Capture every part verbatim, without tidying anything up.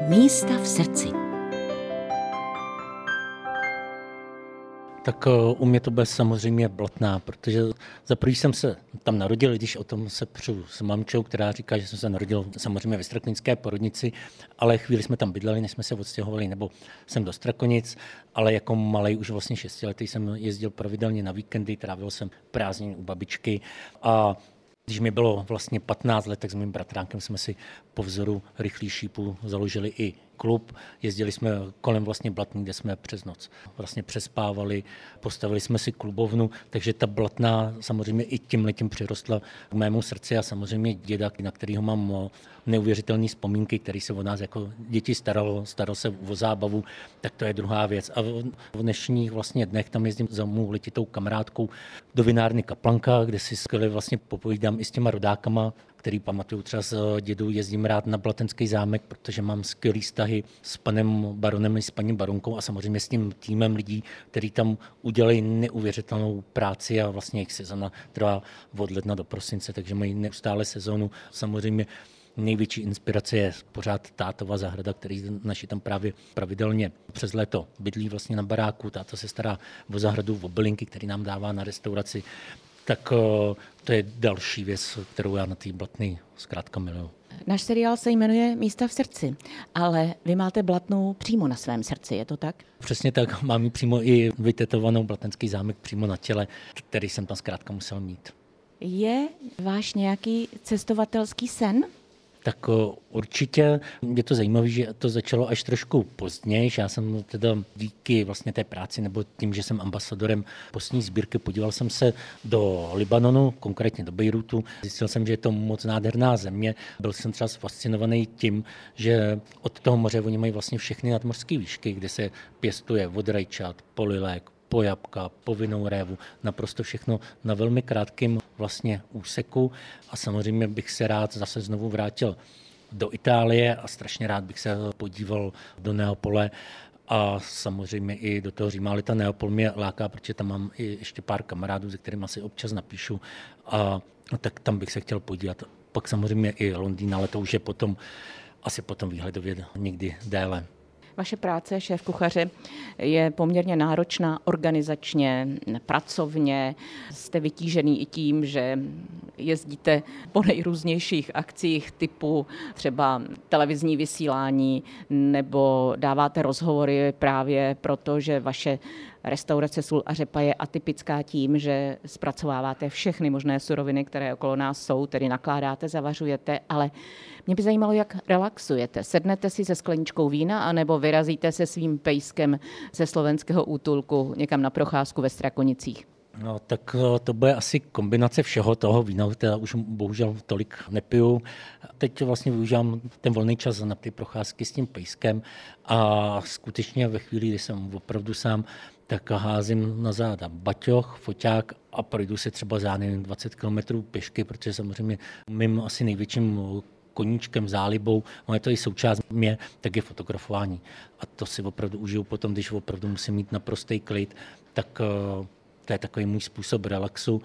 Místa v srdci. Tak u mě to bude samozřejmě Blatná, protože za prvý jsem se tam narodil, když o tom se přu s mamčou, která říká, že jsem se narodil samozřejmě ve Strakonické porodnici, ale chvíli jsme tam bydleli, než jsme se odstěhovali, nebo jsem do Strakonic, ale jako malej už vlastně šestiletý jsem jezdil pravidelně na víkendy, trávil jsem prázdniny u babičky a když mi bylo vlastně patnáct let, tak s mým bratránkem jsme si po vzoru Rychlých šípů založili i klub. Jezdili jsme kolem vlastně Blatný, kde jsme přes noc vlastně přespávali, postavili jsme si klubovnu, takže ta Blatná samozřejmě i tímhletím přirostla k mému srdci a samozřejmě děda, na kterýho mám neuvěřitelné vzpomínky, který se o nás jako děti staral, staral se o zábavu, tak to je druhá věc. A v dnešních vlastně dnech tam jezdím za mou letitou kamarádkou do vinárny Kaplanka, kde si skvěle vlastně popovídám i s těma rodákama, který pamatuju třeba z dědu, jezdím rád na Blatenský zámek, protože mám skvělý vztahy s panem baronem i s paní baronkou a samozřejmě s tím týmem lidí, který tam udělají neuvěřitelnou práci a vlastně jejich sezona trvá od ledna do prosince, takže mají neustále sezonu. Samozřejmě největší inspirace je pořád tátova zahrada, který naši tam právě pravidelně přes léto bydlí vlastně na baráku. Táta se stará o zahradu, o bylinky, který nám dává na restauraci. Tak to je další věc, kterou já na té Blatné zkrátka miluju. Náš seriál se jmenuje Místa v srdci, ale vy máte Blatnou přímo na svém srdci, je to tak? Přesně tak, mám ji přímo i vytetovanou Blatenský zámek přímo na těle, který jsem tam zkrátka musel mít. Je váš nějaký cestovatelský sen? Tak určitě je to zajímavé, že to začalo až trošku později. Já jsem teda díky vlastně té práci nebo tím, že jsem ambasadorem postní sbírky, podíval jsem se do Libanonu, konkrétně do Bejrútu. Zjistil jsem, že je to moc nádherná země. Byl jsem třeba fascinovaný tím, že od toho moře oni mají vlastně všechny nadmořské výšky, kde se pěstuje od rajčat, polilek, po jabka, po vinnou révu, naprosto všechno na velmi krátkém vlastně úseku a samozřejmě bych se rád zase znovu vrátil do Itálie a strašně rád bych se podíval do Neapole a samozřejmě i do toho Říma, ale ta Neapol mě láká, protože tam mám i ještě pár kamarádů, se kterými asi občas napíšu a tak tam bych se chtěl podívat. Pak samozřejmě i Londýn, ale to už je potom asi potom výhledově někdy déle. Vaše práce šéf kuchaře je poměrně náročná organizačně, pracovně. Jste vytížený i tím, že jezdíte po nejrůznějších akcích typu třeba televizní vysílání nebo dáváte rozhovory právě proto, že vaše restaurace Sůl a řepa je atypická tím, že zpracováváte všechny možné suroviny, které okolo nás jsou, tedy nakládáte, zavařujete, ale mě by zajímalo, jak relaxujete. Sednete si se skleničkou vína anebo vyrazíte se svým pejskem ze slovenského útulku někam na procházku ve Strakonicích? No, tak to bude asi kombinace všeho toho vína, teda už bohužel tolik nepiju. Teď vlastně využívám ten volný čas na ty procházky s tím pejskem a skutečně ve chvíli, kdy jsem opravdu sám, tak házím na záda baťoch, foťák a projdu se třeba za dvacet kilometrů pěšky, protože samozřejmě mým asi největším koníčkem, zálibou, ono je to i součást mě, tak je fotografování. A to si opravdu užiju potom, když opravdu musím mít naprostý klid, tak to je takový můj způsob relaxu.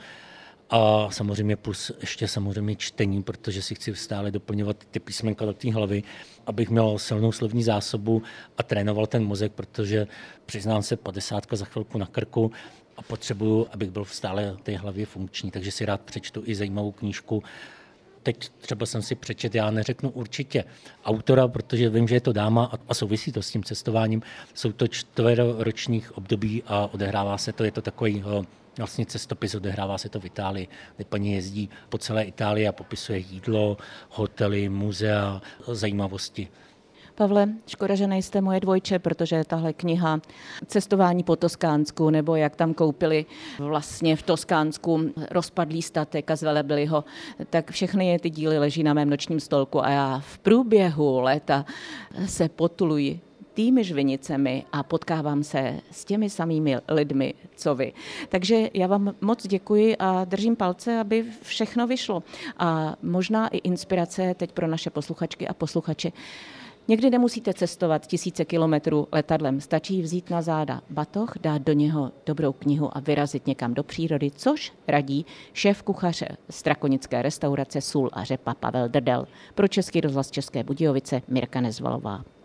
A samozřejmě plus ještě samozřejmě čtení, protože si chci stále doplňovat ty písmenka do té hlavy, abych měl silnou slovní zásobu a trénoval ten mozek, protože přiznám se, padesátka za chvilku na krku a potřebuju, abych byl stále v té hlavě funkční, takže si rád přečtu i zajímavou knížku. Teď třeba jsem si přečet, já neřeknu určitě autora, protože vím, že je to dáma a souvisí to s tím cestováním. Jsou to čtveroročních období a odehrává se to, je to takový vlastně cestopis, odehrává se to v Itálii, kde paní jezdí po celé Itálii a popisuje jídlo, hotely, muzea, zajímavosti. Pavle, škoda, že nejste moje dvojče, protože tahle kniha Cestování po Toskánsku, nebo jak tam koupili vlastně v Toskánsku rozpadlý statek a zvelebili ho, tak všechny ty díly leží na mém nočním stolku a já v průběhu léta se potuluji tými žvinicemi a potkávám se s těmi samými lidmi, co vy. Takže já vám moc děkuji a držím palce, aby všechno vyšlo. A možná i inspirace teď pro naše posluchačky a posluchače. Někdy nemusíte cestovat tisíce kilometrů letadlem, stačí vzít na záda batoh, dát do něho dobrou knihu a vyrazit někam do přírody, což radí šéf kuchaře strakonické restaurace Sůl a řepa Pavel Drdel. Pro Český rozhlas České Budějovice Mirka Nezvalová.